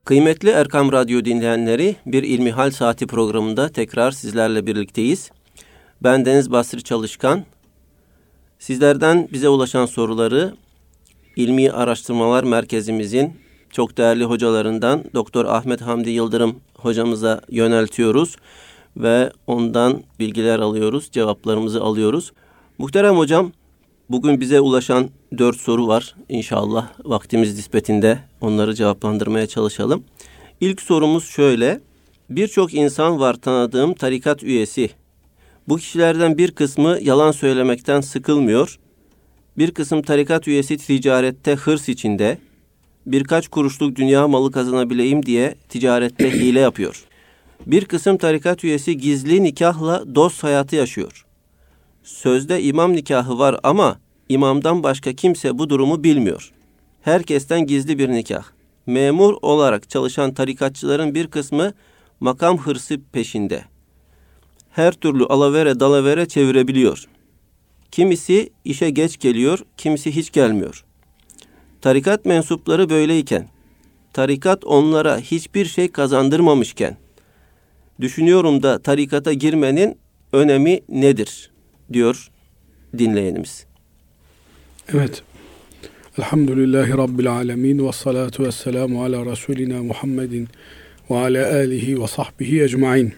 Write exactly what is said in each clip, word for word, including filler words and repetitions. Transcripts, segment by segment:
Kıymetli Erkam Radyo dinleyenleri, bir İlmihal Saati programında tekrar sizlerle birlikteyiz. Ben Deniz Basri Çalışkan. Sizlerden bize ulaşan soruları İlmi Araştırmalar Merkezimizin çok değerli hocalarından Doktor Ahmet Hamdi Yıldırım hocamıza yöneltiyoruz ve ondan bilgiler alıyoruz, cevaplarımızı alıyoruz. Muhterem hocam, bugün bize ulaşan dört soru var. İnşallah vaktimiz nispetinde onları cevaplandırmaya çalışalım. İlk sorumuz şöyle. Birçok insan var tanıdığım tarikat üyesi. Bu kişilerden bir kısmı yalan söylemekten sıkılmıyor. Bir kısım tarikat üyesi ticarette hırs içinde. Birkaç kuruşluk dünya malı kazanabileyim diye ticarette hile yapıyor. Bir kısım tarikat üyesi gizli nikahla dost hayatı yaşıyor. Sözde imam nikahı var ama imamdan başka kimse bu durumu bilmiyor. Herkesten gizli bir nikah. Memur olarak çalışan tarikatçıların bir kısmı makam hırsı peşinde. Her türlü alavere dalavere çevirebiliyor. Kimisi işe geç geliyor, kimisi hiç gelmiyor. Tarikat mensupları böyleyken, tarikat onlara hiçbir şey kazandırmamışken, düşünüyorum da tarikata girmenin önemi nedir, diyor dinleyenimiz. Evet. Elhamdülillahi Rabbil alemin ve salatu ve selamu ala Resulina Muhammedin ve ala alihi ve sahbihi ecmain.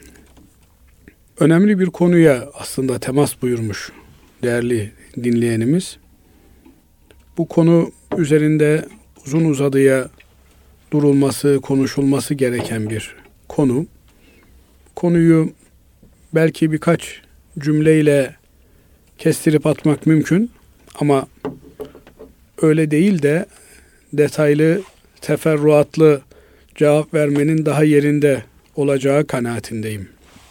Önemli bir konuya aslında temas buyurmuş değerli dinleyenimiz. Bu konu üzerinde uzun uzadıya durulması, konuşulması gereken bir konu. Konuyu belki birkaç cümleyle kestirip atmak mümkün ama öyle değil de detaylı, teferruatlı cevap vermenin daha yerinde olacağı kanaatindeyim.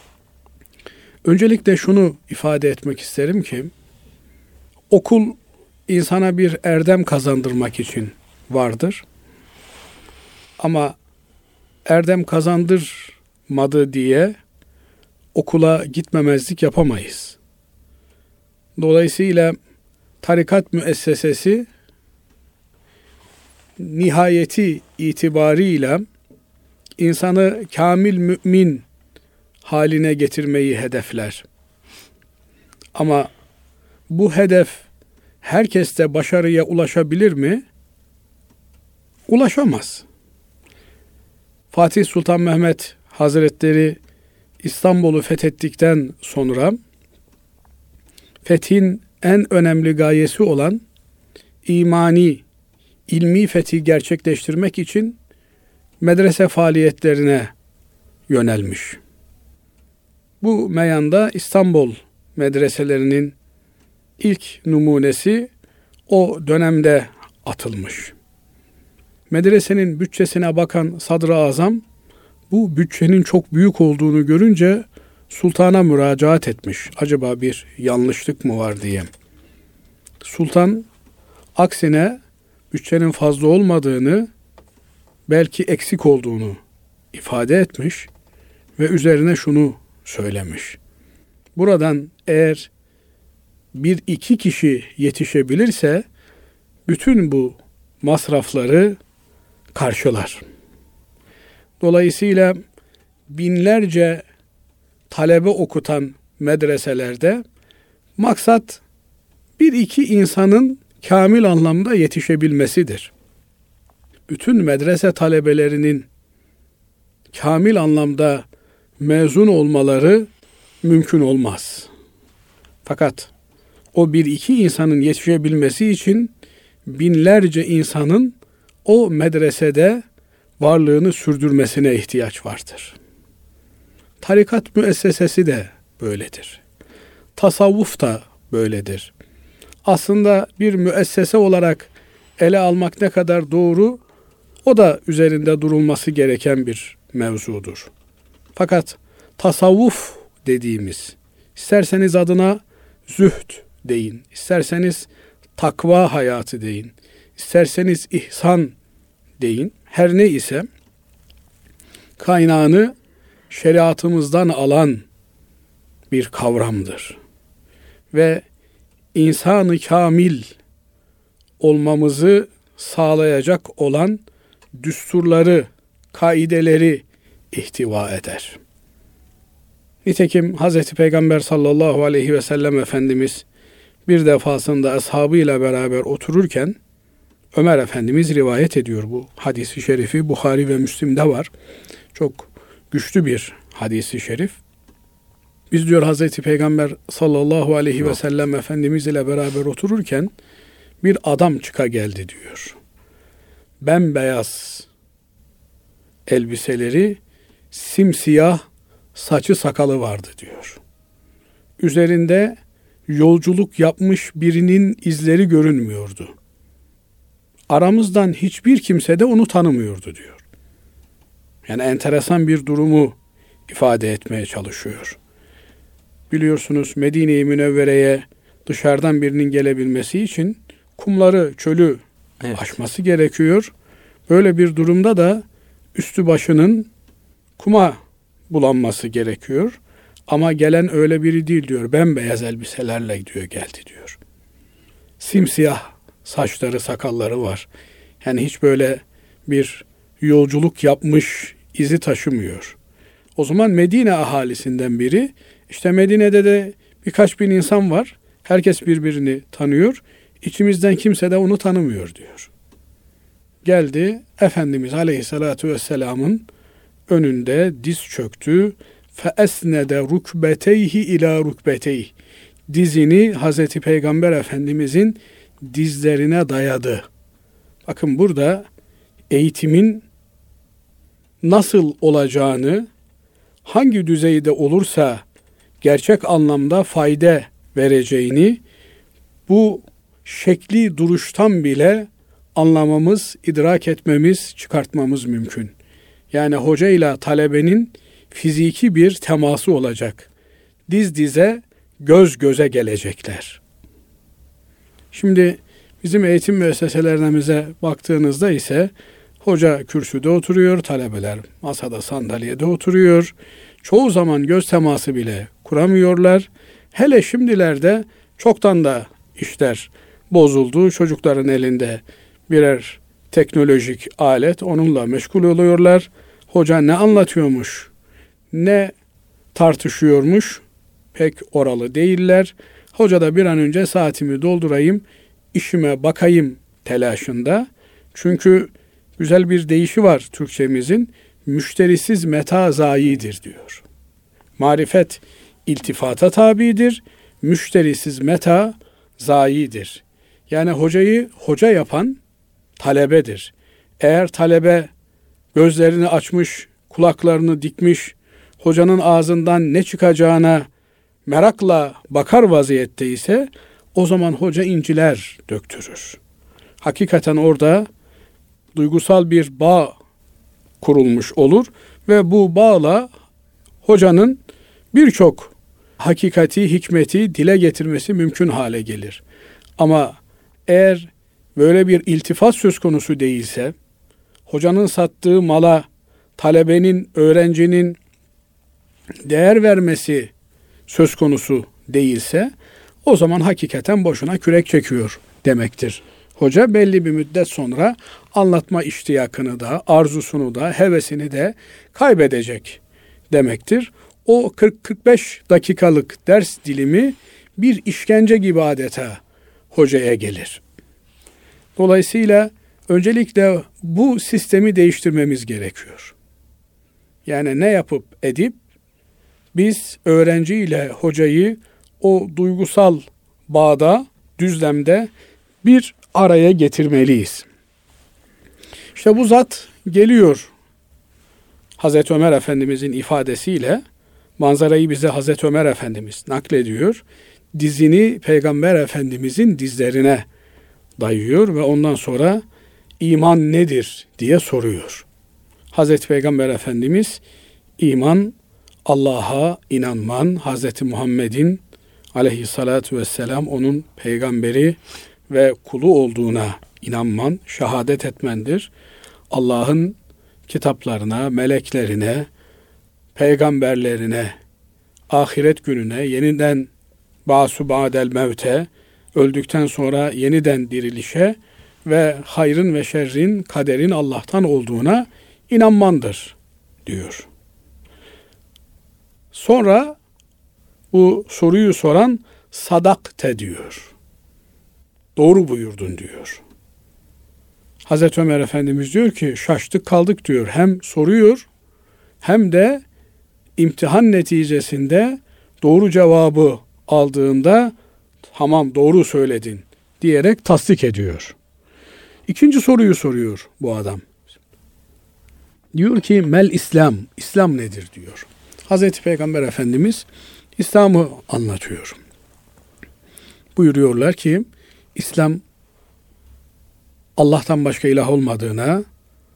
Öncelikle şunu ifade etmek isterim ki, okul insana bir erdem kazandırmak için vardır. Ama erdem kazandırmadı diye okula gitmemezlik yapamayız. Dolayısıyla tarikat müessesesi nihayeti itibarıyla insanı kamil mümin haline getirmeyi hedefler. Ama bu hedef herkeste başarıya ulaşabilir mi? Ulaşamaz. Fatih Sultan Mehmet Hazretleri İstanbul'u fethettikten sonra fethin en önemli gayesi olan imani, ilmi fethi gerçekleştirmek için medrese faaliyetlerine yönelmiş. Bu meyanda İstanbul medreselerinin ilk numunesi o dönemde atılmış. Medresenin bütçesine bakan Sadr-ı Azam bu bütçenin çok büyük olduğunu görünce sultana müracaat etmiş. Acaba bir yanlışlık mı var diye. Sultan aksine bütçenin fazla olmadığını, belki eksik olduğunu ifade etmiş ve üzerine şunu söylemiş. Buradan eğer bir iki kişi yetişebilirse bütün bu masrafları karşılar. Dolayısıyla binlerce talebe okutan medreselerde maksat bir iki insanın kamil anlamda yetişebilmesidir. Bütün medrese talebelerinin kamil anlamda mezun olmaları mümkün olmaz. Fakat o bir iki insanın yetişebilmesi için binlerce insanın o medresede varlığını sürdürmesine ihtiyaç vardır. Tarikat müessesesi de böyledir. Tasavvuf da böyledir. Aslında bir müessese olarak ele almak ne kadar doğru, o da üzerinde durulması gereken bir mevzudur. Fakat tasavvuf dediğimiz, isterseniz adına zühd deyin, isterseniz takva hayatı deyin, isterseniz ihsan deyin, her ne ise kaynağını şeriatımızdan alan bir kavramdır. Ve insanı kamil olmamızı sağlayacak olan düsturları kaideleri ihtiva eder. Nitekim Hazreti Peygamber sallallahu aleyhi ve sellem Efendimiz bir defasında ashabıyla beraber otururken Ömer Efendimiz rivayet ediyor bu hadisi şerifi. Buhari ve Müslim'de var. Çok güçlü bir hadisi şerif. Biz diyor Hazreti Peygamber sallallahu aleyhi ve sellem Efendimiz ile beraber otururken bir adam çıka geldi diyor. Bembeyaz elbiseleri, simsiyah saçı sakalı vardı diyor. Üzerinde yolculuk yapmış birinin izleri görünmüyordu. Aramızdan hiçbir kimse de onu tanımıyordu diyor. Yani enteresan bir durumu ifade etmeye çalışıyor. Biliyorsunuz Medine-i Münevvere'ye dışarıdan birinin gelebilmesi için kumları, çölü evet. aşması gerekiyor. Böyle bir durumda da üstü başının kuma bulanması gerekiyor. Ama gelen öyle biri değil diyor. Bembeyaz elbiselerle diyor geldi diyor. Simsiyah saçları, sakalları var. Yani hiç böyle bir yolculuk yapmış izi taşımıyor. O zaman Medine ahalisinden biri, işte Medine'de de birkaç bin insan var. Herkes birbirini tanıyor. İçimizden kimse de onu tanımıyor diyor. Geldi Efendimiz Aleyhisselatü Vesselam'ın önünde diz çöktü. Feesnede rukbeteyhi ila rukbeteyh. Dizini Hazreti Peygamber Efendimizin dizlerine dayadı. Bakın burada eğitimin nasıl olacağını, hangi düzeyde olursa gerçek anlamda fayda vereceğini bu şekli duruştan bile anlamamız, idrak etmemiz, çıkartmamız mümkün. Yani hoca ile talebenin fiziki bir teması olacak. Diz dize, göz göze gelecekler. Şimdi bizim eğitim müesseselerimize baktığınızda ise hoca kürsüde oturuyor, talebeler masada, sandalyede oturuyor. Çoğu zaman göz teması bile kuramıyorlar. Hele şimdilerde çoktan da işler bozuldu. Çocukların elinde birer teknolojik alet, onunla meşgul oluyorlar. Hoca ne anlatıyormuş, ne tartışıyormuş pek oralı değiller. Hoca da bir an önce saatimi doldurayım, işime bakayım telaşında. Çünkü güzel bir deyişi var Türkçemizin. Müşterisiz meta zayidir diyor. Marifet iltifata tabidir. Müşterisiz meta zayidir. Yani hocayı hoca yapan talebedir. Eğer talebe gözlerini açmış, kulaklarını dikmiş, hocanın ağzından ne çıkacağına merakla bakar vaziyette ise o zaman hoca inciler döktürür. Hakikaten orada duygusal bir bağ kurulmuş olur ve bu bağla hocanın birçok hakikati, hikmeti dile getirmesi mümkün hale gelir. Ama eğer böyle bir iltifat söz konusu değilse, hocanın sattığı mala talebenin, öğrencinin değer vermesi söz konusu değilse, o zaman hakikaten boşuna kürek çekiyor demektir. Hoca belli bir müddet sonra anlatma iştiyakını da, arzusunu da, hevesini de kaybedecek demektir. O kırk kırk beş dakikalık ders dilimi bir işkence gibi adeta hocaya gelir. Dolayısıyla öncelikle bu sistemi değiştirmemiz gerekiyor. Yani ne yapıp edip biz öğrenci ile hocayı o duygusal bağda, düzlemde bir araya getirmeliyiz. İşte bu zat geliyor Hazreti Ömer Efendimizin ifadesiyle, manzarayı bize Hazreti Ömer Efendimiz naklediyor. Dizini Peygamber Efendimizin dizlerine dayıyor ve ondan sonra iman nedir diye soruyor. Hazreti Peygamber Efendimiz iman Allah'a inanman, Hazreti Muhammed'in aleyhissalatu vesselam onun peygamberi ve kulu olduğuna inanman, şehadet etmendir. Allah'ın kitaplarına, meleklerine, peygamberlerine, ahiret gününe, yeniden ba'su ba'del mevte, öldükten sonra yeniden dirilişe ve hayrın ve şerrin, kaderin Allah'tan olduğuna inanmandır diyor. Sonra bu soruyu soran sadakte diyor. Doğru buyurdun diyor. Hazreti Ömer Efendimiz diyor ki şaştık kaldık diyor. Hem soruyor hem de imtihan neticesinde doğru cevabı aldığında tamam doğru söyledin diyerek tasdik ediyor. İkinci soruyu soruyor bu adam. Diyor ki mel İslam, İslam nedir diyor. Hazreti Peygamber Efendimiz İslam'ı anlatıyor. Buyuruyorlar ki İslam Allah'tan başka ilah olmadığına,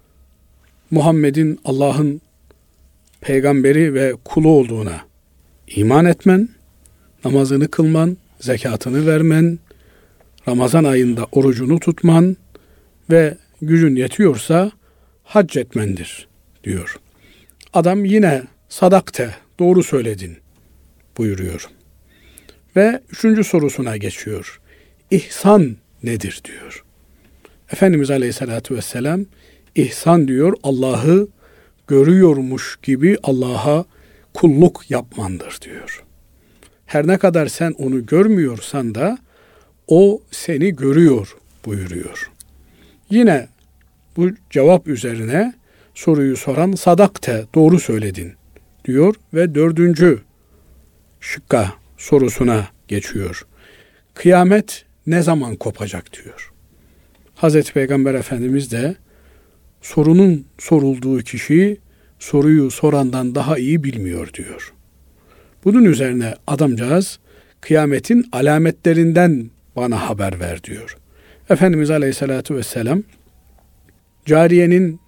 Muhammed'in Allah'ın peygamberi ve kulu olduğuna iman etmen, namazını kılman, zekatını vermen, Ramazan ayında orucunu tutman ve gücün yetiyorsa hac etmendir diyor. Adam yine sadakte, doğru söyledin buyuruyor. Ve üçüncü sorusuna geçiyor. İhsan nedir diyor. Efendimiz Aleyhisselatü Vesselam ihsan diyor Allah'ı görüyormuş gibi Allah'a kulluk yapmandır diyor. Her ne kadar sen onu görmüyorsan da o seni görüyor buyuruyor. Yine bu cevap üzerine soruyu soran sadakte, doğru söyledin diyor ve dördüncü şıkka sorusuna geçiyor. Kıyamet ne zaman kopacak diyor. Hazreti Peygamber Efendimiz de sorunun sorulduğu kişi soruyu sorandan daha iyi bilmiyor diyor. Bunun üzerine adamcağız kıyametin alametlerinden bana haber ver diyor. Efendimiz Aleyhisselatü Vesselam cariyenin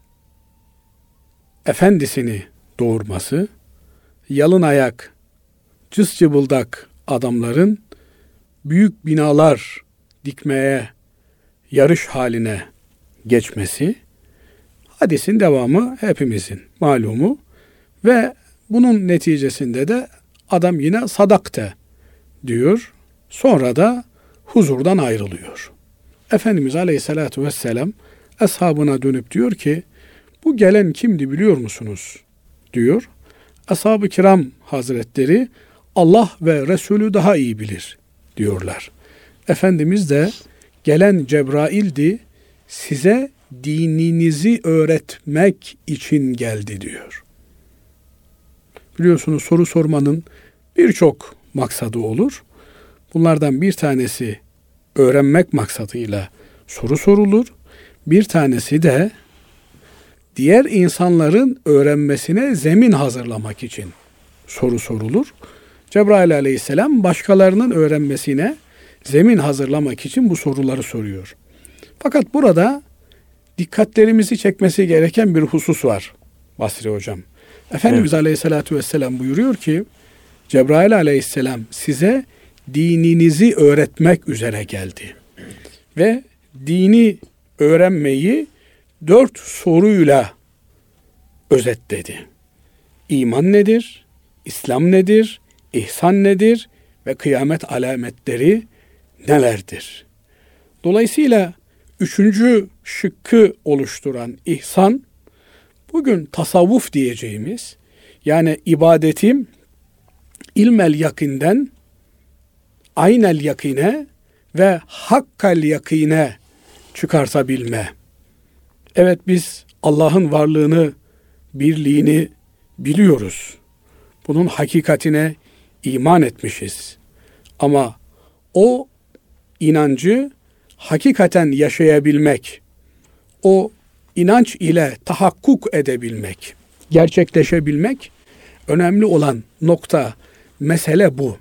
efendisini doğurması, yalın ayak, cız cıbıldak adamların büyük binalar dikmeye yarış haline geçmesi, hadisin devamı hepimizin malumu ve bunun neticesinde de adam yine sadakte diyor. Sonra da huzurdan ayrılıyor. Efendimiz Aleyhisselatü Vesselam ashabına dönüp diyor ki bu gelen kimdi biliyor musunuz? Diyor. Ashab-ı kiram hazretleri Allah ve Resulü daha iyi bilir diyorlar. Efendimiz de gelen Cebrail'di, size dininizi öğretmek için geldi diyor. Biliyorsunuz soru sormanın birçok maksadı olur. Bunlardan bir tanesi öğrenmek maksadıyla soru sorulur. Bir tanesi de diğer insanların öğrenmesine zemin hazırlamak için soru sorulur. Cebrail aleyhisselam başkalarının öğrenmesine zemin hazırlamak için bu soruları soruyor. Fakat burada dikkatlerimizi çekmesi gereken bir husus var Basri Hocam. Efendimiz evet. Aleyhisselatü Vesselam buyuruyor ki Cebrail aleyhisselam size dininizi öğretmek üzere geldi. Ve dini öğrenmeyi dört soruyla özetledi. İman nedir? İslam nedir? İhsan nedir? Ve kıyamet alametleri nelerdir? Dolayısıyla üçüncü şıkkı oluşturan ihsan, bugün tasavvuf diyeceğimiz, yani ibadetim ilmel yakinden aynel yakine ve hakkal yakine çıkartabilme. Evet biz Allah'ın varlığını, birliğini biliyoruz. Bunun hakikatine iman etmişiz. Ama o inancı hakikaten yaşayabilmek, o inanç ile tahakkuk edebilmek, gerçekleşebilmek önemli olan nokta, mesele bu.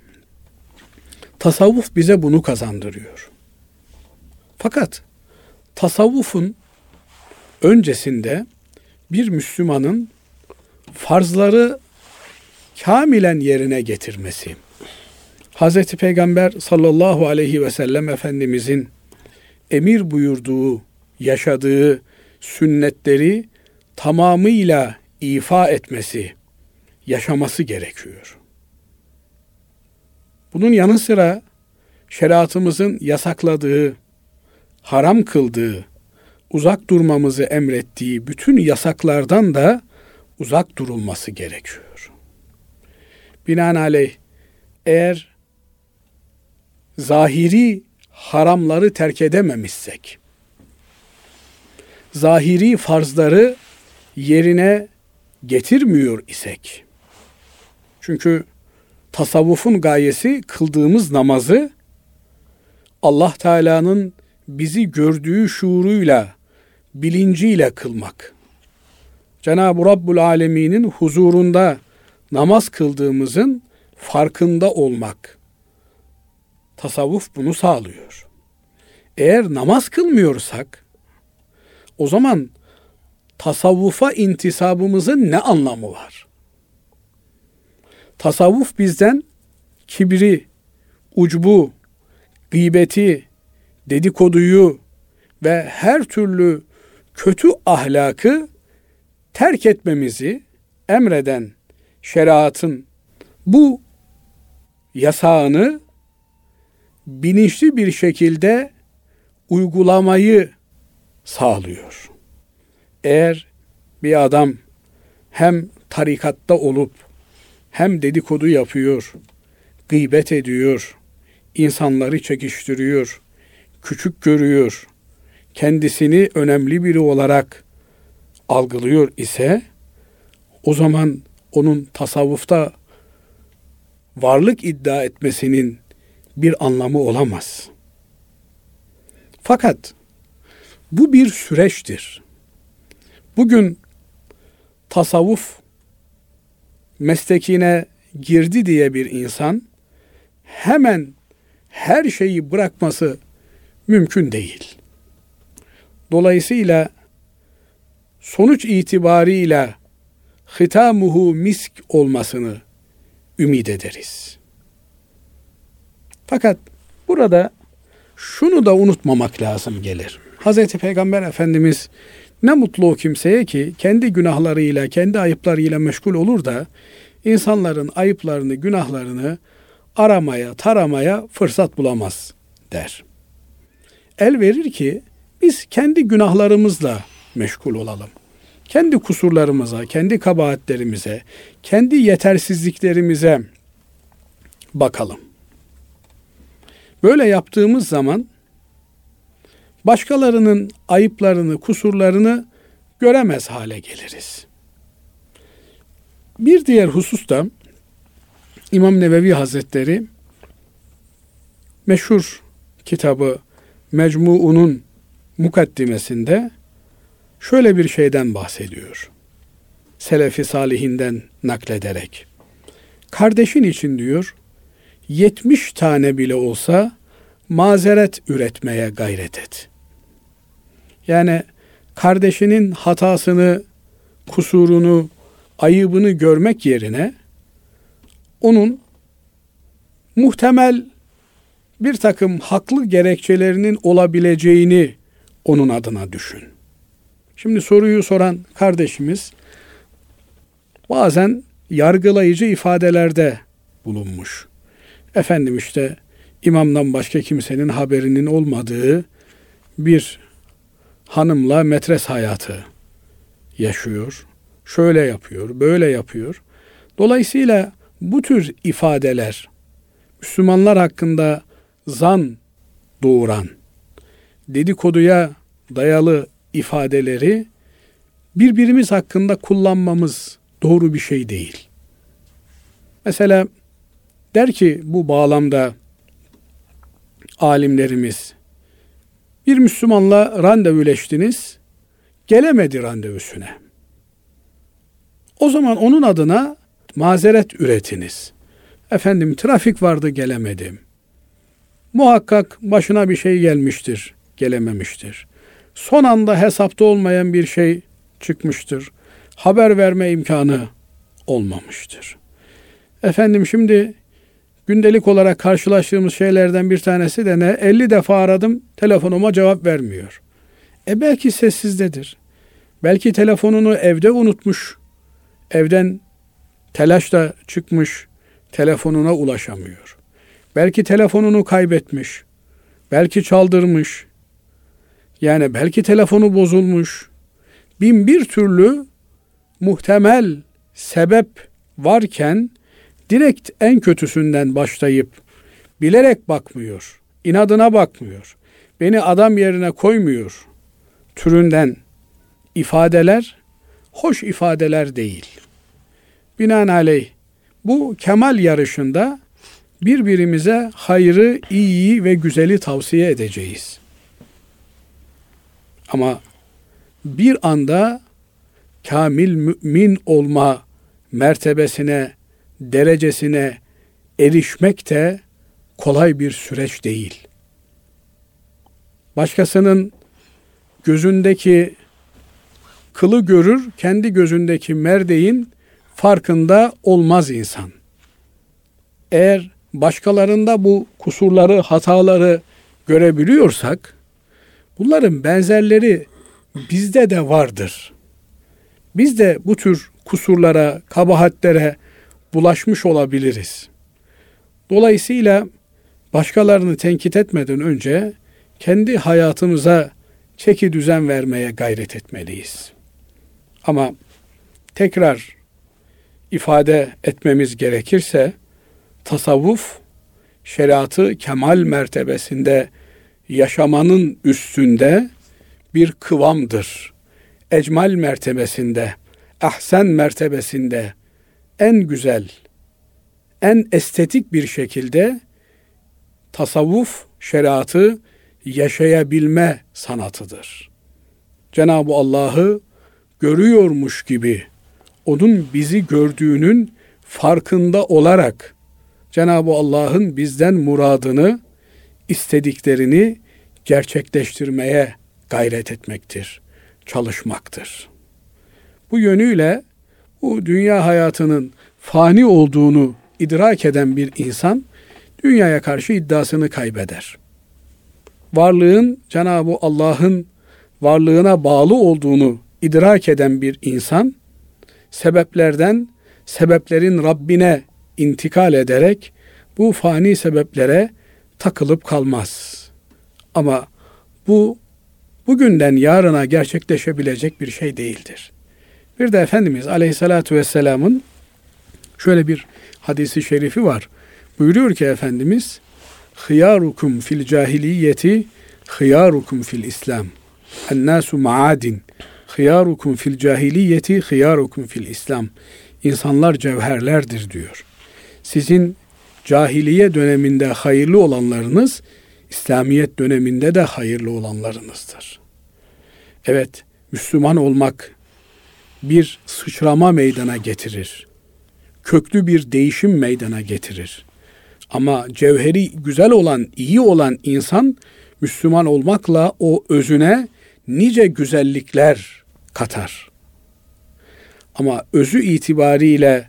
Tasavvuf bize bunu kazandırıyor. Fakat tasavvufun öncesinde bir Müslümanın farzları kamilen yerine getirmesi, Hazreti Peygamber sallallahu aleyhi ve sellem Efendimizin emir buyurduğu, yaşadığı sünnetleri tamamıyla ifa etmesi, yaşaması gerekiyor. Bunun yanı sıra şeriatımızın yasakladığı, haram kıldığı uzak durmamızı emrettiği bütün yasaklardan da uzak durulması gerekiyor. Binaenaleyh eğer zahiri haramları terk edememişsek, zahiri farzları yerine getirmiyor isek, çünkü tasavvufun gayesi kıldığımız namazı Allah Teala'nın bizi gördüğü şuuruyla, bilinciyle kılmak. Cenab-ı Rabbul Alemin'in huzurunda namaz kıldığımızın farkında olmak. Tasavvuf bunu sağlıyor. Eğer namaz kılmıyorsak, o zaman tasavvufa intisabımızın ne anlamı var? Tasavvuf bizden kibri, ucbu, gıybeti, dedikoduyu ve her türlü kötü ahlakı terk etmemizi emreden şeriatın bu yasağını bilinçli bir şekilde uygulamayı sağlıyor. Eğer bir adam hem tarikatta olup hem dedikodu yapıyor, gıybet ediyor, insanları çekiştiriyor, küçük görüyor, kendisini önemli biri olarak algılıyor ise, o zaman onun tasavvufta varlık iddia etmesinin bir anlamı olamaz. Fakat bu bir süreçtir. Bugün tasavvuf meslekine girdi diye bir insan hemen her şeyi bırakması mümkün değil. Dolayısıyla sonuç itibarıyla hitamuhu misk olmasını ümit ederiz. Fakat burada şunu da unutmamak lazım gelir. Hazreti Peygamber Efendimiz ne mutlu o kimseye ki kendi günahlarıyla, kendi ayıplarıyla meşgul olur da insanların ayıplarını, günahlarını aramaya, taramaya fırsat bulamaz der. El verir ki biz kendi günahlarımızla meşgul olalım. Kendi kusurlarımıza, kendi kabahatlerimize, kendi yetersizliklerimize bakalım. Böyle yaptığımız zaman başkalarının ayıplarını, kusurlarını göremez hale geliriz. Bir diğer husus da İmam Nevevi Hazretleri meşhur kitabı Mecmu'unun mukaddimesinde şöyle bir şeyden bahsediyor. Selefi salihinden naklederek. Kardeşin için diyor, yetmiş tane bile olsa mazeret üretmeye gayret et. Yani kardeşinin hatasını, kusurunu, ayıbını görmek yerine onun muhtemel bir takım haklı gerekçelerinin olabileceğini onun adına düşün. Şimdi soruyu soran kardeşimiz bazen yargılayıcı ifadelerde bulunmuş. Efendim işte imamdan başka kimsenin haberinin olmadığı bir hanımla metres hayatı yaşıyor. Şöyle yapıyor, böyle yapıyor. Dolayısıyla bu tür ifadeler Müslümanlar hakkında zan doğuran, dedikoduya dayalı ifadeleri birbirimiz hakkında kullanmamız doğru bir şey değil. Mesela der ki bu bağlamda alimlerimiz, bir Müslümanla randevuleştiniz, gelemedi randevusuna. O zaman onun adına mazeret üretiniz. Efendim trafik vardı, gelemedim. Muhakkak başına bir şey gelmiştir, gelememiştir. Son anda hesapta olmayan bir şey çıkmıştır. Haber verme imkanı olmamıştır. Efendim şimdi gündelik olarak karşılaştığımız şeylerden bir tanesi de ne? elli defa aradım, telefonuma cevap vermiyor. E belki sessizdedir. Belki telefonunu evde unutmuş. Evden telaşla çıkmış, telefonuna ulaşamıyor. Belki telefonunu kaybetmiş. Belki çaldırmış. Yani belki telefonu bozulmuş. Bin bir türlü muhtemel sebep varken direkt en kötüsünden başlayıp bilerek bakmıyor, inadına bakmıyor, beni adam yerine koymuyor türünden ifadeler hoş ifadeler değil. Binaenaleyh bu kemal yarışında birbirimize hayrı, iyiyi ve güzeli tavsiye edeceğiz. Ama bir anda kamil mümin olma mertebesine, derecesine erişmek de kolay bir süreç değil. Başkasının gözündeki kılı görür, kendi gözündeki merdeğin farkında olmaz insan. Eğer başkalarında bu kusurları, hataları görebiliyorsak, bunların benzerleri bizde de vardır. Biz de bu tür kusurlara, kabahatlere bulaşmış olabiliriz. Dolayısıyla başkalarını tenkit etmeden önce kendi hayatımıza çeki düzen vermeye gayret etmeliyiz. Ama tekrar ifade etmemiz gerekirse, tasavvuf, şeriatı kemal mertebesinde yaşamanın üstünde bir kıvamdır. Ecmal mertebesinde, ahsen mertebesinde en güzel, en estetik bir şekilde tasavvuf, şeriatı yaşayabilme sanatıdır. Cenab-ı Allah'ı görüyormuş gibi, onun bizi gördüğünün farkında olarak Cenab-ı Allah'ın bizden muradını, istediklerini gerçekleştirmeye gayret etmektir, çalışmaktır. Bu yönüyle bu dünya hayatının fani olduğunu idrak eden bir insan dünyaya karşı iddiasını kaybeder. Varlığın Cenab-ı Allah'ın varlığına bağlı olduğunu idrak eden bir insan sebeplerden sebeplerin Rabbine intikal ederek bu fani sebeplere takılıp kalmaz. Ama bu bugünden yarına gerçekleşebilecek bir şey değildir. Bir de Efendimiz Aleyhisselatü Vesselam'ın şöyle bir hadisi şerifi var. Buyuruyor ki Efendimiz, "Hıyarukum fil cahiliyeti, hıyarukum fil İslam. En-nasu ma'adin. Hıyarukum fil cahiliyeti, hıyarukum fil İslam." İnsanlar cevherlerdir diyor. Sizin cahiliye döneminde hayırlı olanlarınız, İslamiyet döneminde de hayırlı olanlarınızdır. Evet, Müslüman olmak bir sıçrama meydana getirir. Köklü bir değişim meydana getirir. Ama cevheri güzel olan, iyi olan insan, Müslüman olmakla o özüne nice güzellikler katar. Ama özü itibariyle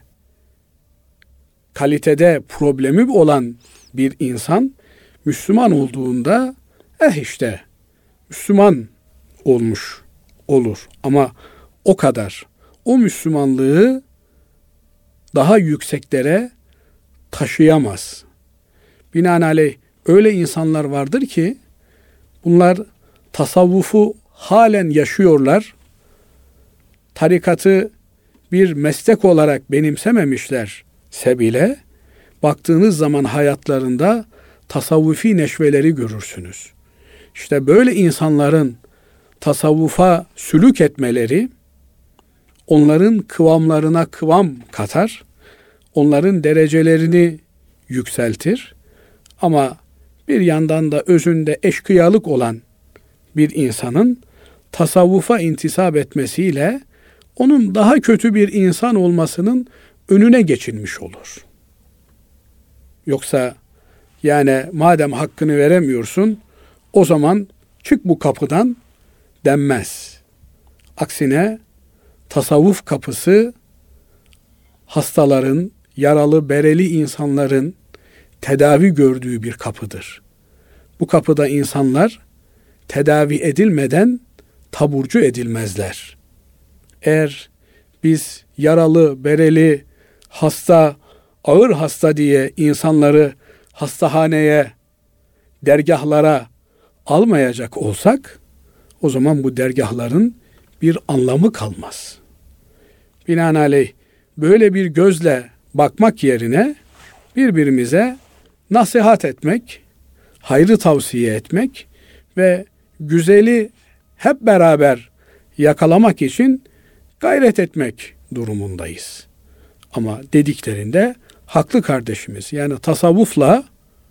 kalitede problemi olan bir insan, Müslüman olduğunda eh işte Müslüman olmuş olur. Ama o kadar. O Müslümanlığı daha yükseklere taşıyamaz. Binaenaleyh öyle insanlar vardır ki bunlar tasavvufu halen yaşıyorlar. Tarikatı bir meslek olarak benimsememişlerse bile baktığınız zaman hayatlarında tasavvufi neşveleri görürsünüz. İşte böyle insanların tasavvufa sülük etmeleri onların kıvamlarına kıvam katar, onların derecelerini yükseltir. Ama bir yandan da özünde eşkıyalık olan bir insanın tasavvufa intisap etmesiyle onun daha kötü bir insan olmasının önüne geçilmiş olur. Yoksa yani madem hakkını veremiyorsun, o zaman çık bu kapıdan denmez. Aksine tasavvuf kapısı hastaların, yaralı, bereli insanların tedavi gördüğü bir kapıdır. Bu kapıda insanlar tedavi edilmeden taburcu edilmezler. Eğer biz yaralı, bereli, hasta, ağır hasta diye insanları hastahaneye, dergahlara almayacak olsak, o zaman bu dergahların bir anlamı kalmaz. Binaenaleyh böyle bir gözle bakmak yerine birbirimize nasihat etmek, hayrı tavsiye etmek ve güzeli hep beraber yakalamak için gayret etmek durumundayız. Ama dediklerinde haklı kardeşimiz. Yani tasavvufla,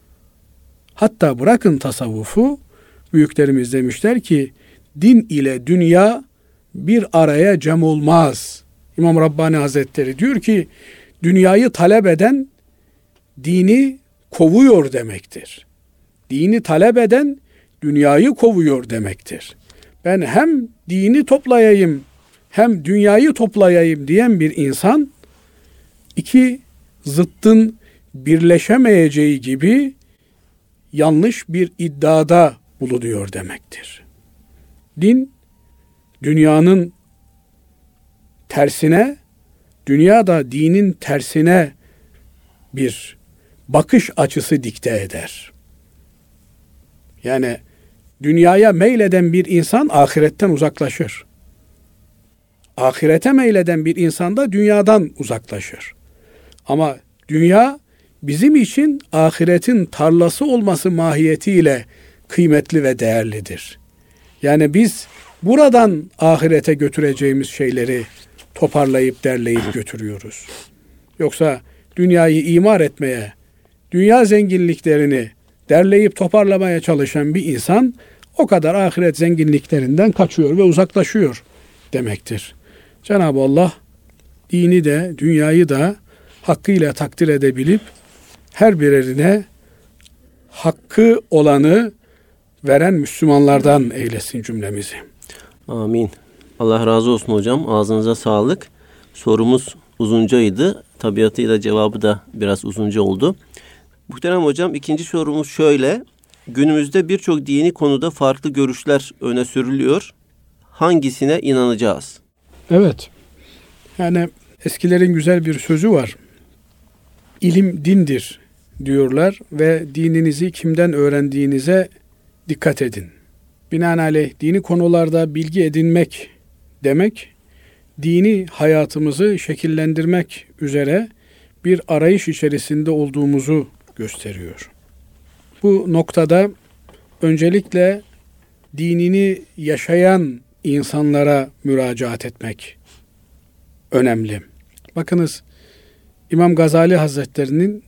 hatta bırakın tasavvufu, büyüklerimiz demişler ki din ile dünya bir araya cem olmaz. İmam Rabbani Hazretleri diyor ki dünyayı talep eden dini kovuyor demektir. Dini talep eden dünyayı kovuyor demektir. Ben hem dini toplayayım hem dünyayı toplayayım diyen bir insan iki zıttın birleşemeyeceği gibi yanlış bir iddiada bulunuyor demektir. Din dünyanın tersine, dünya da dinin tersine bir bakış açısı dikte eder. Yani dünyaya meyleden bir insan ahiretten uzaklaşır. Ahirete meyleden bir insan da dünyadan uzaklaşır. Ama dünya bizim için ahiretin tarlası olması mahiyetiyle kıymetli ve değerlidir. Yani biz buradan ahirete götüreceğimiz şeyleri toparlayıp derleyip götürüyoruz. Yoksa dünyayı imar etmeye, dünya zenginliklerini derleyip toparlamaya çalışan bir insan o kadar ahiret zenginliklerinden kaçıyor ve uzaklaşıyor demektir. Cenab-ı Allah dini de dünyayı da hakkıyla takdir edebilip her birerine hakkı olanı veren Müslümanlardan eylesin cümlemizi. Amin. Allah razı olsun hocam. Ağzınıza sağlık. Sorumuz uzuncaydı. Tabiatıyla cevabı da biraz uzunca oldu. Muhterem hocam, ikinci sorumuz şöyle. Günümüzde birçok dini konuda farklı görüşler öne sürülüyor. Hangisine inanacağız? Evet. Yani eskilerin güzel bir sözü var. İlim dindir diyorlar ve dininizi kimden öğrendiğinize dikkat edin. Binaenaleyh dini konularda bilgi edinmek demek, dini hayatımızı şekillendirmek üzere bir arayış içerisinde olduğumuzu gösteriyor. Bu noktada öncelikle dinini yaşayan insanlara müracaat etmek önemli. Bakınız, İmam Gazali Hazretleri'nin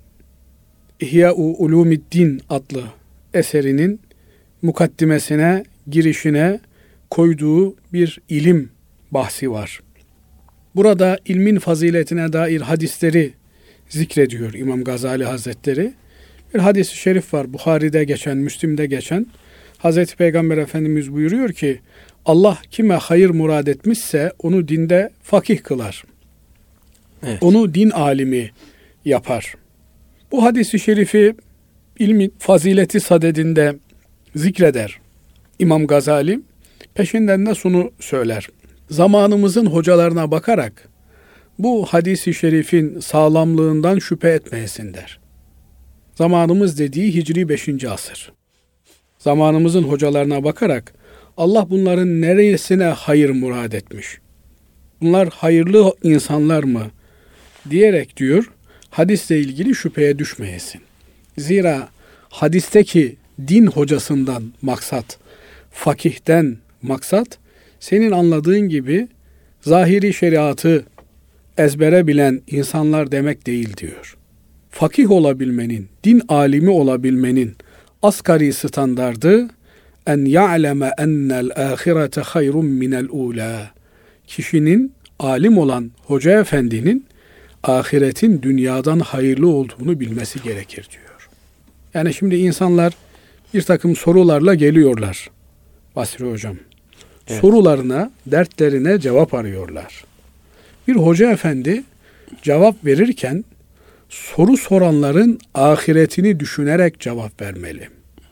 İhya-u Ulumiddin adlı eserinin mukaddimesine, girişine koyduğu bir ilim bahsi var. Burada ilmin faziletine dair hadisleri zikrediyor İmam Gazali Hazretleri. Bir hadis-i şerif var, Buhari'de geçen, Müslim'de geçen. Hazreti Peygamber Efendimiz buyuruyor ki, Allah kime hayır murad etmişse onu dinde fakih kılar. Evet. Onu din alimi yapar. Bu hadis-i şerifi ilmin fazileti sadedinde zikreder İmam Gazali. Peşinden de şunu söyler. Zamanımızın hocalarına bakarak bu hadis-i şerifin sağlamlığından şüphe etmeyesin der. Zamanımız dediği Hicri beşinci asır. Zamanımızın hocalarına bakarak Allah bunların neresine hayır murad etmiş? Bunlar hayırlı insanlar mı? Diyerek diyor, hadisle ilgili şüpheye düşmeyesin. Zira hadisteki din hocasından maksat, fakihten maksat, senin anladığın gibi zahiri şeriatı ezbere bilen insanlar demek değil diyor. Fakih olabilmenin, din alimi olabilmenin asgari standardı en ya'leme ennel ahirete hayrun minel ula. Kişinin, alim olan hoca efendinin ahiretin dünyadan hayırlı olduğunu bilmesi gerekir diyor. Yani şimdi insanlar bir takım sorularla geliyorlar Basri Hocam. Evet. Sorularına, dertlerine cevap arıyorlar. Bir hoca efendi cevap verirken soru soranların ahiretini düşünerek cevap vermeli.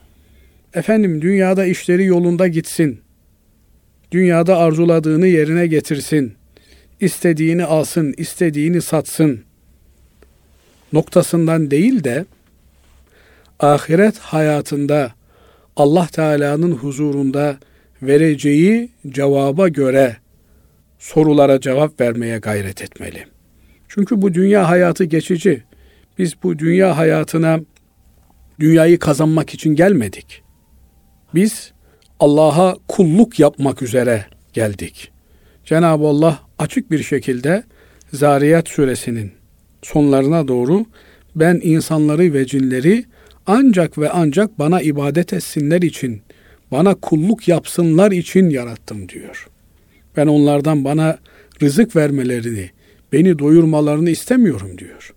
Efendim dünyada işleri yolunda gitsin. Dünyada arzuladığını yerine getirsin. İstediğini alsın, istediğini satsın noktasından değil de ahiret hayatında Allah Teala'nın huzurunda vereceği cevaba göre sorulara cevap vermeye gayret etmeli. Çünkü bu dünya hayatı geçici. Biz bu dünya hayatına dünyayı kazanmak için gelmedik. Biz Allah'a kulluk yapmak üzere geldik. Cenab-ı Allah açık bir şekilde Zariyat suresinin sonlarına doğru ben insanları ve cinleri ancak ve ancak bana ibadet etsinler için, bana kulluk yapsınlar için yarattım diyor. Ben onlardan bana rızık vermelerini, beni doyurmalarını istemiyorum diyor.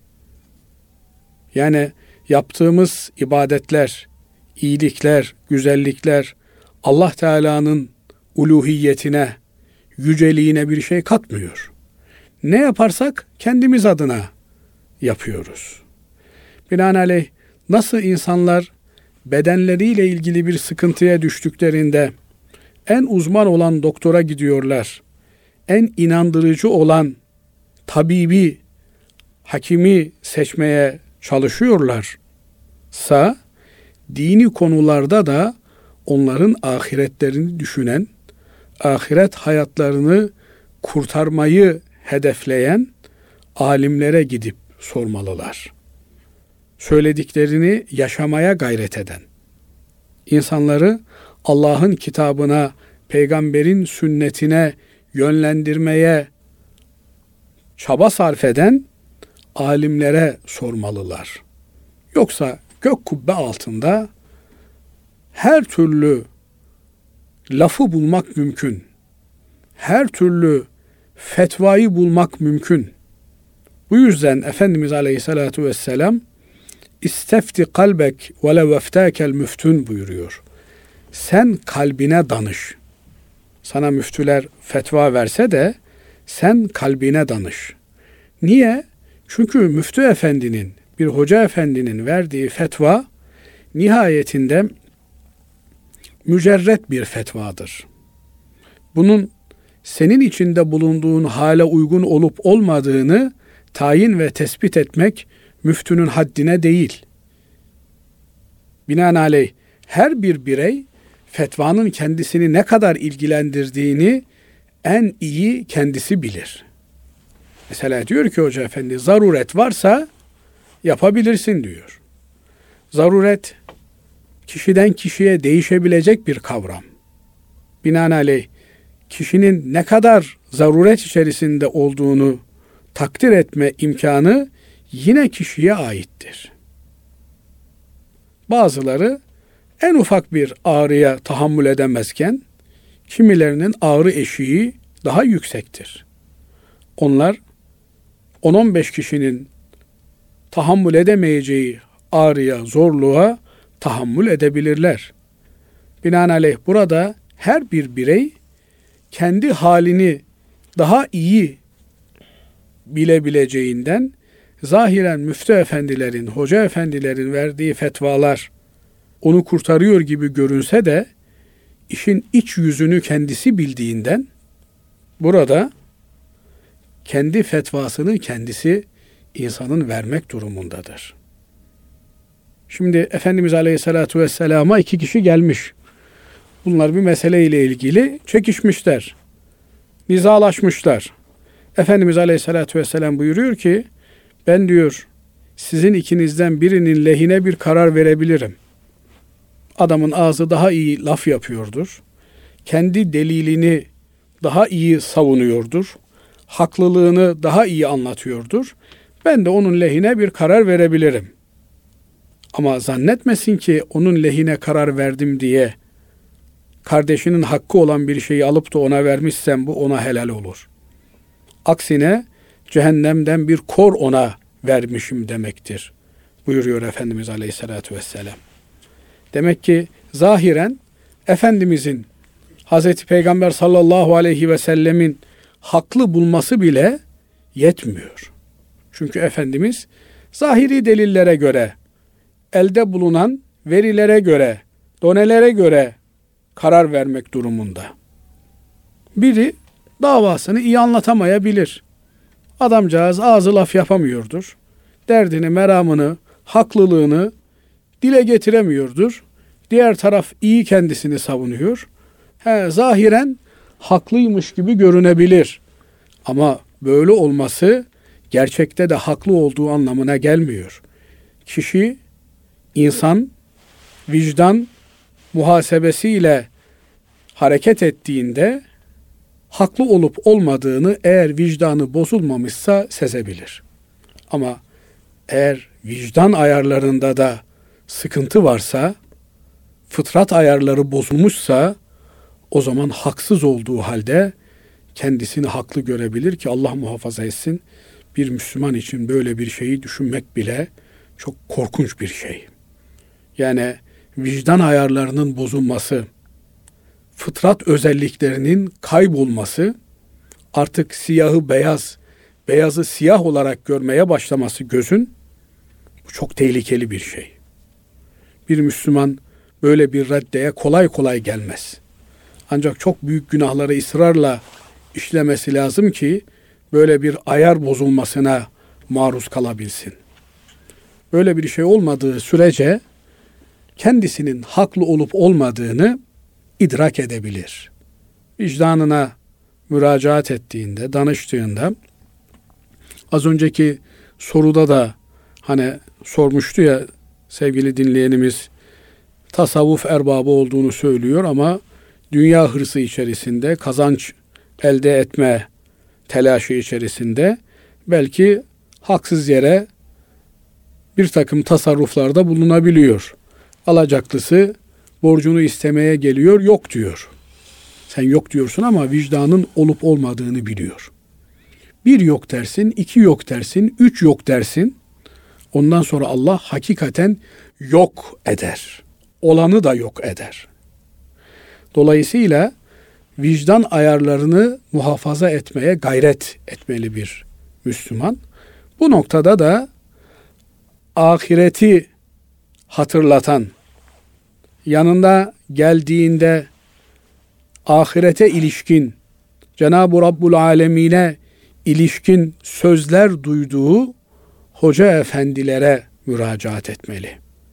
Yani yaptığımız ibadetler, iyilikler, güzellikler Allah Teala'nın uluhiyetine, yüceliğine bir şey katmıyor. Ne yaparsak kendimiz adına yapıyoruz. Binaenaleyh nasıl insanlar bedenleriyle ilgili bir sıkıntıya düştüklerinde en uzman olan doktora gidiyorlar, en inandırıcı olan tabibi, hakimi seçmeye çalışıyorlarsa, dini konularda da onların ahiretlerini düşünen, ahiret hayatlarını kurtarmayı hedefleyen alimlere gidip sormalılar. Söylediklerini yaşamaya gayret eden, insanları Allah'ın kitabına, peygamberin sünnetine yönlendirmeye çaba sarf eden alimlere sormalılar. Yoksa gök kubbe altında her türlü lafı bulmak mümkün. Her türlü fetvayı bulmak mümkün. Bu yüzden Efendimiz Aleyhisselatü Vesselam İstefti kalbek ve lev eftakel müftün buyuruyor. Sen kalbine danış. Sana müftüler fetva verse de sen kalbine danış. Niye? Çünkü müftü efendinin, bir hoca efendinin verdiği fetva nihayetinde mücerret bir fetvadır. Bunun senin içinde bulunduğun hale uygun olup olmadığını tayin ve tespit etmek müftünün haddine değil. Binaenaleyh her bir birey fetvanın kendisini ne kadar ilgilendirdiğini en iyi kendisi bilir. Mesela diyor ki hoca efendi, zaruret varsa yapabilirsin diyor. Zaruret kişiden kişiye değişebilecek bir kavram. Binaenaleyh kişinin ne kadar zaruret içerisinde olduğunu takdir etme imkanı yine kişiye aittir. Bazıları en ufak bir ağrıya tahammül edemezken kimilerinin ağrı eşiği daha yüksektir. Onlar on on beş kişinin tahammül edemeyeceği ağrıya, zorluğa tahammül edebilirler. Binaenaleyh burada her bir birey kendi halini daha iyi bilebileceğinden zahiren müftü efendilerin, hoca efendilerin verdiği fetvalar onu kurtarıyor gibi görünse de işin iç yüzünü kendisi bildiğinden burada kendi fetvasını kendisi insanın vermek durumundadır. Şimdi Efendimiz Aleyhisselatü Vesselam'a iki kişi gelmiş. Bunlar bir meseleyle ilgili çekişmişler. Nizalaşmışlar. Efendimiz Aleyhisselatü Vesselam buyuruyor ki, ben diyor sizin ikinizden birinin lehine bir karar verebilirim. Adamın ağzı daha iyi laf yapıyordur. Kendi delilini daha iyi savunuyordur. Haklılığını daha iyi anlatıyordur. Ben de onun lehine bir karar verebilirim. Ama zannetmesin ki onun lehine karar verdim diye kardeşinin hakkı olan bir şeyi alıp da ona vermişsem bu ona helal olur. Aksine cehennemden bir kor ona vermişim demektir buyuruyor Efendimiz Aleyhisselatü Vesselam. Demek ki zahiren Efendimizin, Hazreti Peygamber sallallahu aleyhi ve sellemin haklı bulması bile yetmiyor. Çünkü Efendimiz zahiri delillere göre, elde bulunan verilere göre, donelere göre karar vermek durumunda. Biri davasını iyi anlatamayabilir. Adamcağız ağzı laf yapamıyordur. Derdini, meramını, haklılığını dile getiremiyordur. Diğer taraf iyi kendisini savunuyor. He, zahiren haklıymış gibi görünebilir. Ama böyle olması gerçekte de haklı olduğu anlamına gelmiyor. Kişi, insan, vicdan muhasebesiyle hareket ettiğinde haklı olup olmadığını eğer vicdanı bozulmamışsa sezebilir. Ama eğer vicdan ayarlarında da sıkıntı varsa, fıtrat ayarları bozulmuşsa, o zaman haksız olduğu halde kendisini haklı görebilir ki Allah muhafaza etsin. Bir Müslüman için böyle bir şeyi düşünmek bile çok korkunç bir şey. Yani vicdan ayarlarının bozulması, fıtrat özelliklerinin kaybolması, artık siyahı beyaz, beyazı siyah olarak görmeye başlaması gözün, bu çok tehlikeli bir şey. Bir Müslüman böyle bir reddeye kolay kolay gelmez. Ancak çok büyük günahları ısrarla işlemesi lazım ki böyle bir ayar bozulmasına maruz kalabilsin. Böyle bir şey olmadığı sürece kendisinin haklı olup olmadığını idrak edebilir. Vicdanına müracaat ettiğinde, danıştığında, az önceki soruda da hani sormuştu ya sevgili dinleyenimiz, tasavvuf erbabı olduğunu söylüyor ama dünya hırsı içerisinde, kazanç elde etme telaşı içerisinde belki haksız yere bir takım tasarruflarda bulunabiliyor. Alacaklısı borcunu istemeye geliyor, yok diyor. Sen yok diyorsun ama vicdanın olup olmadığını biliyor. Bir yok dersin, iki yok dersin, üç yok dersin. Ondan sonra Allah hakikaten yok eder. Olanı da yok eder. Dolayısıyla vicdan ayarlarını muhafaza etmeye gayret etmeli bir Müslüman. Bu noktada da ahireti hatırlatan, yanında geldiğinde ahirete ilişkin, Cenab-ı Rabbul Alemine ilişkin sözler duyduğu hoca efendilere müracaat etmeli.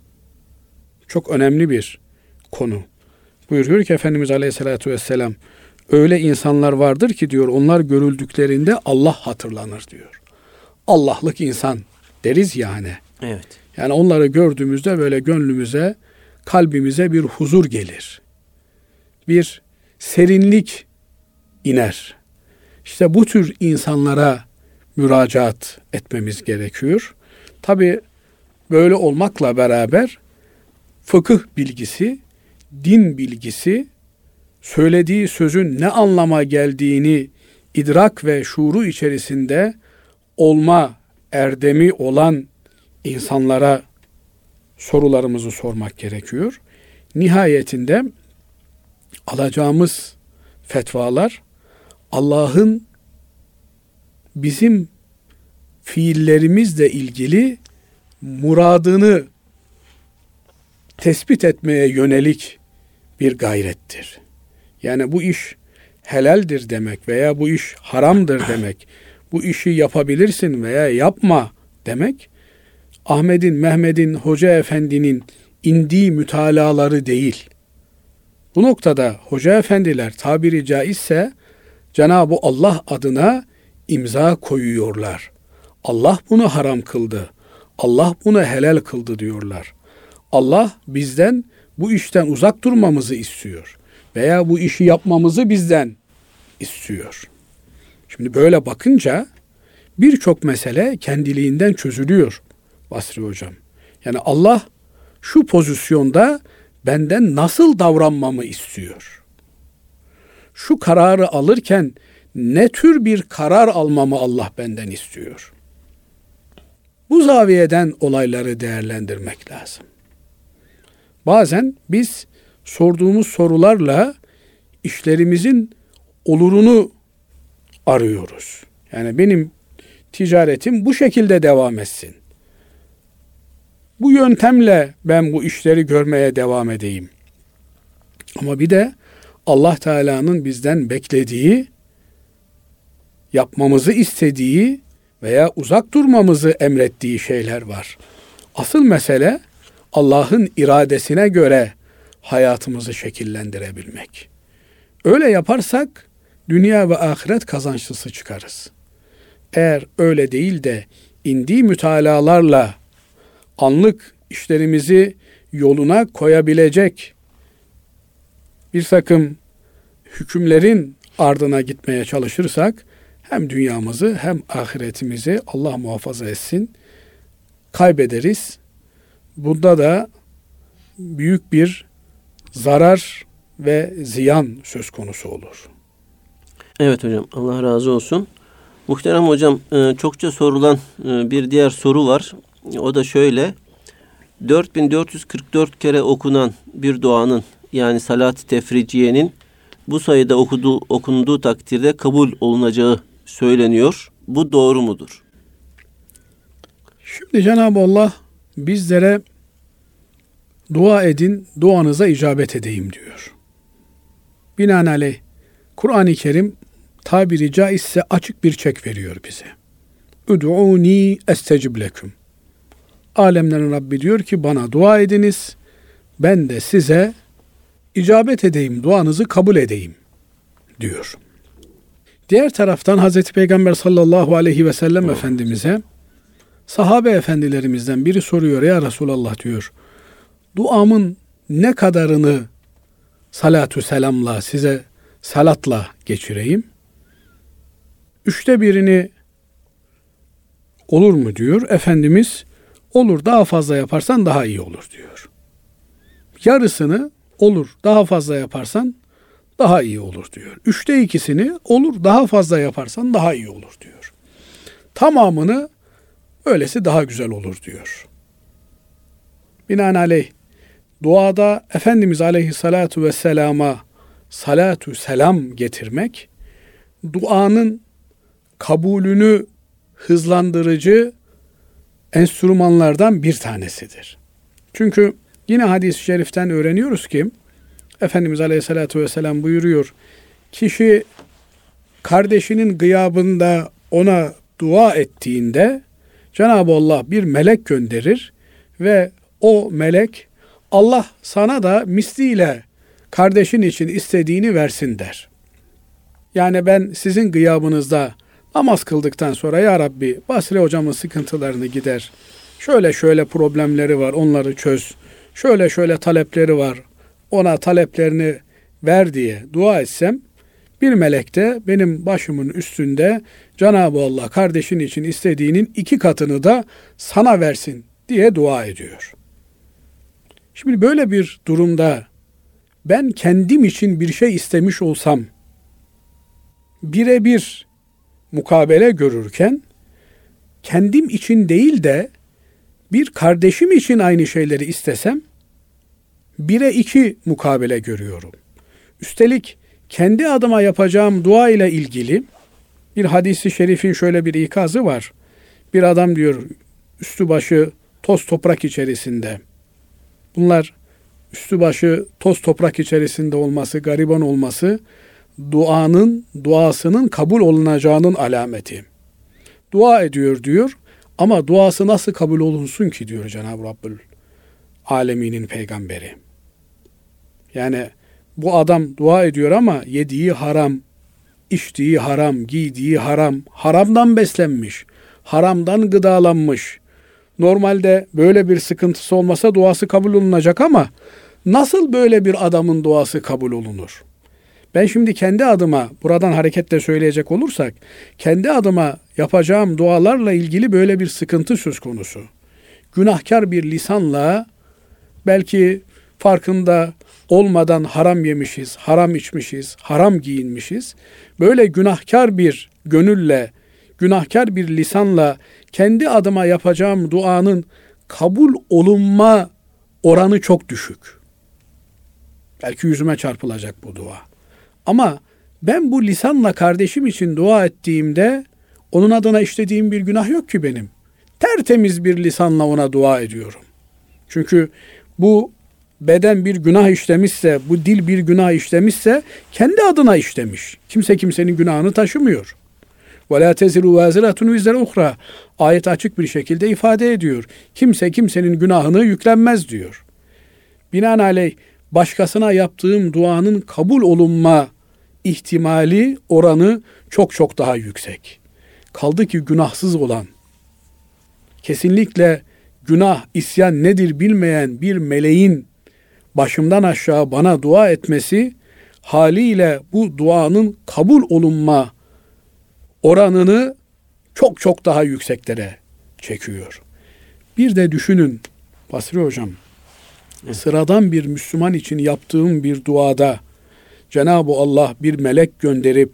Çok önemli bir konu. Buyuruyor ki Efendimiz Aleyhisselatü Vesselam, öyle insanlar vardır ki diyor, onlar görüldüklerinde Allah hatırlanır diyor. Allah'lık insan deriz yani. Evet. Yani onları gördüğümüzde böyle gönlümüze, kalbimize bir huzur gelir. Bir serinlik iner. İşte bu tür insanlara müracaat etmemiz gerekiyor. Tabii böyle olmakla beraber fıkıh bilgisi, din bilgisi, söylediği sözün ne anlama geldiğini idrak ve şuuru içerisinde olma erdemi olan insanlara sorularımızı sormak gerekiyor. Nihayetinde alacağımız fetvalar Allah'ın bizim fiillerimizle ilgili muradını tespit etmeye yönelik bir gayrettir. Yani bu iş helaldir demek veya bu iş haramdır demek, bu işi yapabilirsin veya yapma demek, Ahmet'in, Mehmet'in, Hoca Efendi'nin indiği mütalaları değil. Bu noktada Hoca Efendiler tabiri caizse Cenab-ı Allah adına imza koyuyorlar. Allah bunu haram kıldı, Allah bunu helal kıldı diyorlar. Allah bizden bu işten uzak durmamızı istiyor veya bu işi yapmamızı bizden istiyor. Şimdi böyle bakınca birçok mesele kendiliğinden çözülüyor Basri Hocam. Yani Allah şu pozisyonda benden nasıl davranmamı istiyor? Şu kararı alırken ne tür bir karar almamı Allah benden istiyor? Bu zaviyeden olayları değerlendirmek lazım. Bazen biz sorduğumuz sorularla işlerimizin olurunu arıyoruz. Yani benim ticaretim bu şekilde devam etsin. Bu yöntemle ben bu işleri görmeye devam edeyim. Ama bir de Allah Teala'nın bizden beklediği, yapmamızı istediği veya uzak durmamızı emrettiği şeyler var. Asıl mesele Allah'ın iradesine göre hayatımızı şekillendirebilmek. Öyle yaparsak dünya ve ahiret kazançlısı çıkarız. Eğer öyle değil de indiği mütalalarla anlık işlerimizi yoluna koyabilecek bir takım hükümlerin ardına gitmeye çalışırsak hem dünyamızı hem ahiretimizi Allah muhafaza etsin kaybederiz. Bunda da büyük bir zarar ve ziyan söz konusu olur. Evet hocam, Allah razı olsun. Muhterem hocam, çokça sorulan bir diğer soru var. O da şöyle: dört bin dört yüz kırk dört kere okunan bir duanın, yani salat-ı tefriciyenin bu sayıda okuduğu, okunduğu takdirde kabul olunacağı söyleniyor. Bu doğru mudur? Şimdi Cenab-ı Allah bizlere dua edin, duanıza icabet edeyim diyor. Binaenaleyh Kur'an-ı Kerim tabiri caizse açık bir çek veriyor bize. Ud'uni estecib leküm. Alemlerin Rabbi diyor ki bana dua ediniz, ben de size icabet edeyim, duanızı kabul edeyim diyor. Diğer taraftan Hazreti Peygamber sallallahu aleyhi ve sellem Efendimiz'e sahabe efendilerimizden biri soruyor, ya Resulallah diyor, duamın ne kadarını salatü selamla, size salatla geçireyim? Üçte birini olur mu diyor. Efendimiz olur, daha fazla yaparsan daha iyi olur diyor. Yarısını olur, daha fazla yaparsan daha iyi olur diyor. Üçte ikisini olur, daha fazla yaparsan daha iyi olur diyor. Tamamını öylesi daha güzel olur diyor. Binaenaleyh duada Efendimiz Aleyhissalatu vesselama salatu selam getirmek duanın kabulünü hızlandırıcı enstrümanlardan bir tanesidir. Çünkü yine hadis-i şeriften öğreniyoruz ki Efendimiz Aleyhissalatu vesselam buyuruyor, kişi kardeşinin gıyabında ona dua ettiğinde Cenab-ı Allah bir melek gönderir ve o melek Allah sana da misliyle kardeşin için istediğini versin der. Yani ben sizin gıyabınızda namaz kıldıktan sonra ya Rabbi Basri hocamın sıkıntılarını gider. Şöyle şöyle problemleri var, onları çöz. Şöyle şöyle talepleri var, ona taleplerini ver diye dua etsem bir melek de benim başımın üstünde Cenab-ı Allah kardeşin için istediğinin iki katını da sana versin diye dua ediyor. Şimdi böyle bir durumda ben kendim için bir şey istemiş olsam birebir mukabele görürken kendim için değil de bir kardeşim için aynı şeyleri istesem bire iki mukabele görüyorum. Üstelik kendi adıma yapacağım dua ile ilgili bir hadis-i şerifin şöyle bir ikazı var. Bir adam diyor üstü başı toz toprak içerisinde. Bunlar üstü başı toz toprak içerisinde olması, gariban olması duanın, duasının kabul olunacağının alameti. Dua ediyor diyor ama duası nasıl kabul olunsun ki diyor Cenab-ı Rabbül Alemin'in peygamberi. Yani bu adam dua ediyor ama yediği haram, içtiği haram, giydiği haram, haramdan beslenmiş, haramdan gıdalanmış. Normalde böyle bir sıkıntısı olmasa duası kabul olunacak ama nasıl böyle bir adamın duası kabul olunur? Ben şimdi kendi adıma buradan hareketle söyleyecek olursak, kendi adıma yapacağım dualarla ilgili böyle bir sıkıntı söz konusu. Günahkar bir lisanla belki farkında olmadan haram yemişiz, haram içmişiz, haram giyinmişiz. Böyle günahkar bir gönülle, günahkar bir lisanla kendi adıma yapacağım duanın kabul olunma oranı çok düşük. Belki yüzüme çarpılacak bu dua. Ama ben bu lisanla kardeşim için dua ettiğimde onun adına işlediğim bir günah yok ki benim. Tertemiz bir lisanla ona dua ediyorum. Çünkü bu beden bir günah işlemişse, bu dil bir günah işlemişse kendi adına işlemiş. Kimse kimsenin günahını taşımıyor. وَلَا تَزِرُ وَازِرَةٌ وِزْرَ اُخْرَى Ayet açık bir şekilde ifade ediyor. Kimse kimsenin günahını yüklenmez diyor. Binaenaleyh başkasına yaptığım duanın kabul olunma ihtimali, oranı çok çok daha yüksek. Kaldı ki günahsız olan, kesinlikle günah, isyan nedir bilmeyen bir meleğin başımdan aşağı bana dua etmesi, haliyle bu duanın kabul olunma oranını çok çok daha yükseklere çekiyor. Bir de düşünün Basri Hocam, evet. Sıradan bir Müslüman için yaptığım bir duada Cenab-ı Allah bir melek gönderip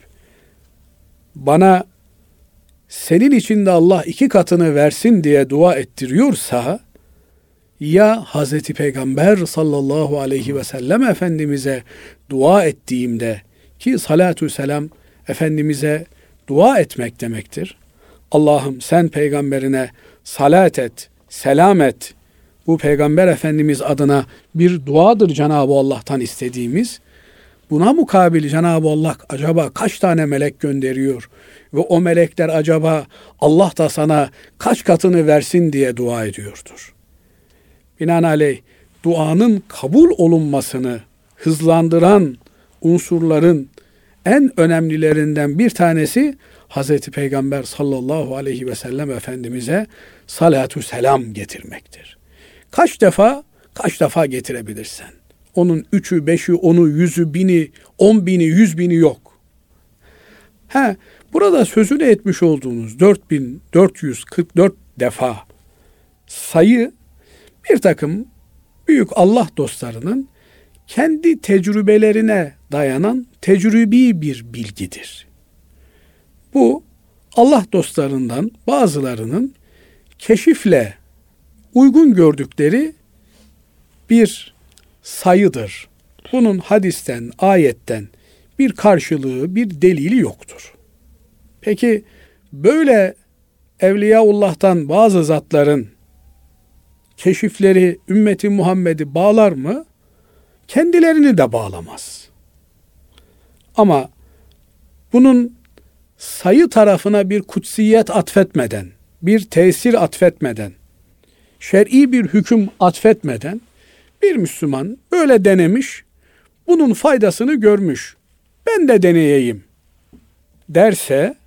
bana senin için de Allah iki katını versin diye dua ettiriyorsa, ya Hazreti Peygamber sallallahu aleyhi ve sellem Efendimiz'e dua ettiğimde, ki salatü selam Efendimiz'e dua etmek demektir. Allah'ım sen peygamberine salat et, selam et. Bu Peygamber Efendimiz adına bir duadır Cenab-ı Allah'tan istediğimiz. Buna mukabil Cenab-ı Allah acaba kaç tane melek gönderiyor ve o melekler acaba Allah da sana kaç katını versin diye dua ediyordur. Binaenaleyh duanın kabul olunmasını hızlandıran unsurların en önemlilerinden bir tanesi Hazreti Peygamber sallallahu aleyhi ve sellem Efendimiz'e salatü selam getirmektir. Kaç defa, kaç defa getirebilirsen. Onun üçü, beşi, onu, yüzü, bini, on bini, yüz bini yok. He, burada sözünü etmiş olduğunuz dört bin dört yüz kırk dört defa sayı bir takım büyük Allah dostlarının kendi tecrübelerine dayanan tecrübi bir bilgidir. Bu Allah dostlarından bazılarının keşifle uygun gördükleri bir sayıdır. Bunun hadisten, ayetten bir karşılığı, bir delili yoktur. Peki böyle Evliyaullah'tan bazı zatların keşifleri ümmeti Muhammed'i bağlar mı? Kendilerini de bağlamaz. Ama bunun sayı tarafına bir kutsiyet atfetmeden, bir tesir atfetmeden, şer'i bir hüküm atfetmeden bir Müslüman böyle denemiş, bunun faydasını görmüş, ben de deneyeyim derse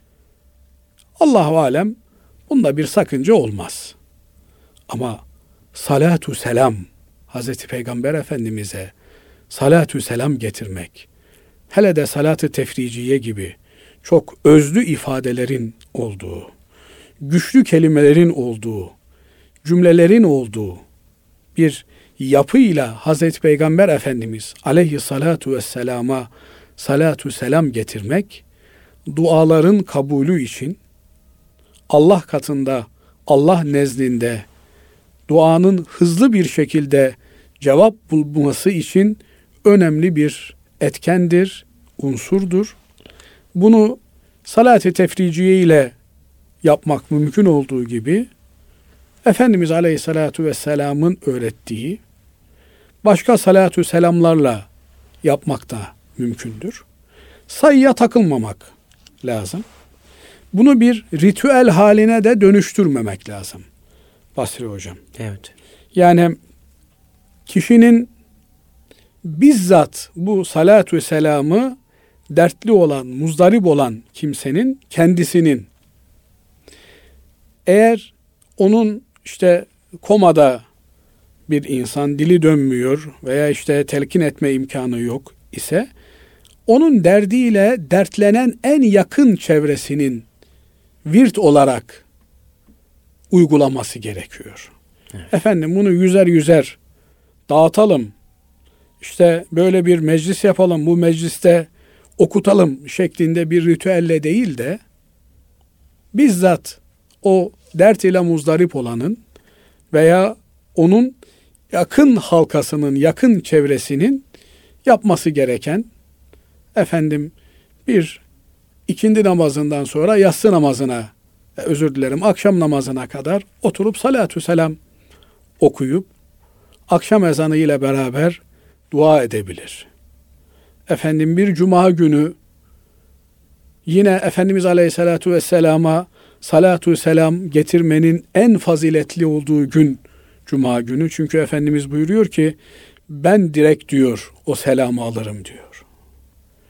Allah-u alem bunda bir sakınca olmaz. Ama salatu selam, Hazreti Peygamber Efendimiz'e salatu selam getirmek, hele de salat-ı tefriciye gibi çok özlü ifadelerin olduğu, güçlü kelimelerin olduğu, cümlelerin olduğu bir yapıyla Hazreti Peygamber Efendimiz aleyhissalatu vesselama salatu selam getirmek, duaların kabulü için Allah katında, Allah nezdinde duanın hızlı bir şekilde cevap bulması için önemli bir etkendir, unsurdur. Bunu salat-ı tefriciye ile yapmak mümkün olduğu gibi Efendimiz Aleyhissalatu vesselam'ın öğrettiği başka salatü selamlarla yapmak da mümkündür. Sayıya takılmamak lazım. Bunu bir ritüel haline de dönüştürmemek lazım Basri Hocam. Evet. Yani kişinin bizzat bu salatü selamı dertli olan, muzdarip olan kimsenin kendisinin, eğer onun işte komada bir insan, dili dönmüyor veya işte telkin etme imkanı yok ise onun derdiyle dertlenen en yakın çevresinin virt olarak uygulaması gerekiyor. Evet. Efendim bunu yüzer yüzer dağıtalım, İşte böyle bir meclis yapalım, bu mecliste okutalım şeklinde bir ritüelle değil de bizzat o dert ile muzdarip olanın veya onun yakın halkasının, yakın çevresinin yapması gereken, efendim bir ikindi namazından sonra yatsı namazına, özür dilerim akşam namazına kadar oturup salatü selam okuyup akşam ezanı ile beraber dua edebilir. Efendim bir cuma günü yine Efendimiz Aleyhisselatü Vesselam'a salatu selam getirmenin en faziletli olduğu gün cuma günü. Çünkü Efendimiz buyuruyor ki ben direkt diyor o selamı alırım diyor.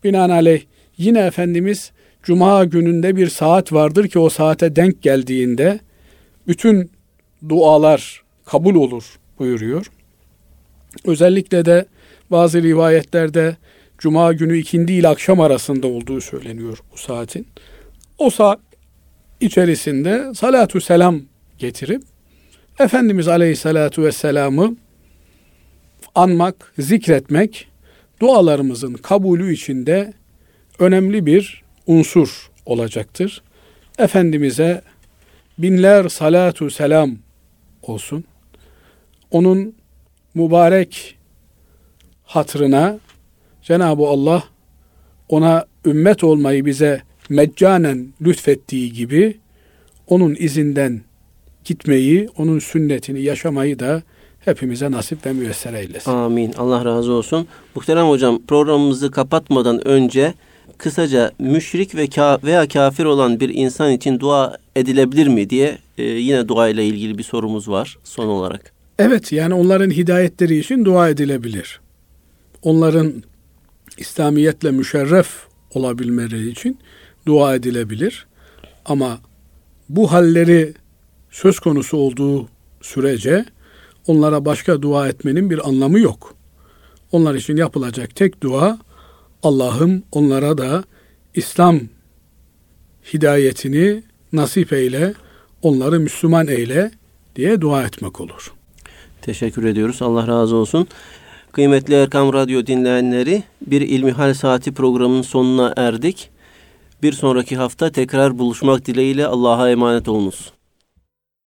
Binaenaleyh yine Efendimiz Cuma gününde bir saat vardır ki o saate denk geldiğinde bütün dualar kabul olur buyuruyor. Özellikle de bazı rivayetlerde Cuma günü ikindi ile akşam arasında olduğu söyleniyor bu saatin. O saat içerisinde salatu selam getirip Efendimiz Aleyhissalatu vesselam'ı anmak, zikretmek dualarımızın kabulü içinde önemli bir unsur olacaktır. Efendimiz'e binler salatu selam olsun. Onun mübarek hatırına Cenab-ı Allah ona ümmet olmayı bize meccanen lütfettiği gibi onun izinden gitmeyi, onun sünnetini yaşamayı da hepimize nasip ve müyesser eylesin. Amin. Allah razı olsun. Muhterem hocam, programımızı kapatmadan önce kısaca müşrik ve ka- veya kafir olan bir insan için dua edilebilir mi diye e, yine dua ile ilgili bir sorumuz var son olarak. Evet, yani onların hidayetleri için dua edilebilir. Onların İslamiyetle müşerref olabilmeleri için dua edilebilir. Ama bu halleri söz konusu olduğu sürece onlara başka dua etmenin bir anlamı yok. Onlar için yapılacak tek dua, Allah'ım onlara da İslam hidayetini nasip eyle, onları Müslüman eyle diye dua etmek olur. Teşekkür ediyoruz. Allah razı olsun. Kıymetli Erkam Radyo dinleyenleri, bir İlmihal Saati programının sonuna erdik. Bir sonraki hafta tekrar buluşmak dileğiyle Allah'a emanet olunuz.